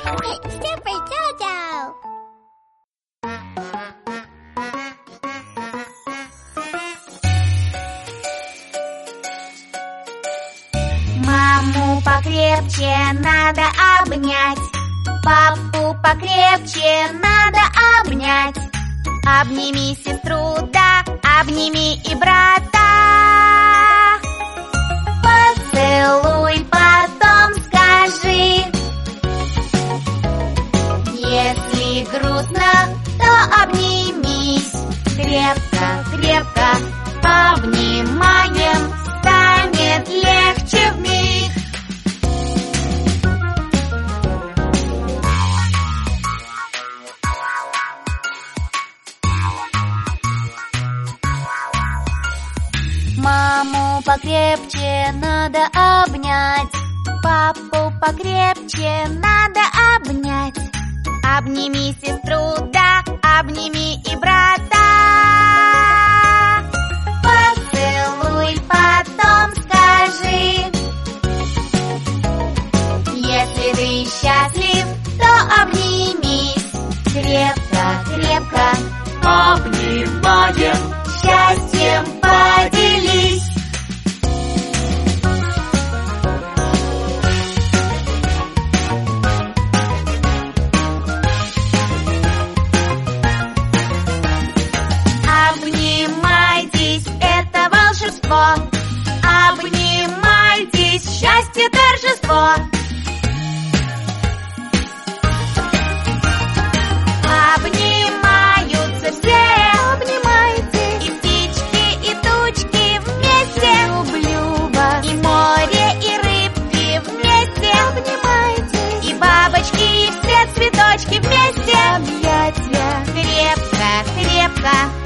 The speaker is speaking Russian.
Super Jojo. Маму покрепче надо обнять, папу покрепче надо обнять. Обними сестру, да, обними и брата. Поцелуй, потом скажи. Если грустно, то обнимись. Крепко, крепко обнимаем, станет легче вмиг. Маму покрепче надо обнять, папу покрепче надо обнять. Обними сестру, да, обними и брата. Поцелуй, потом скажи. Если ты счастлив, то обнимись. Крепко, крепко обнимаем, счастьем поделись. Обнимайтесь, это волшебство. Обнимайтесь, счастье, торжество. Обнимаются все. Обнимайте. И птички, и тучки вместе. Люблю вас. И море, и рыбки вместе. Обнимайте. И бабочки, и все цветочки вместе. Объятия. Крепко, крепко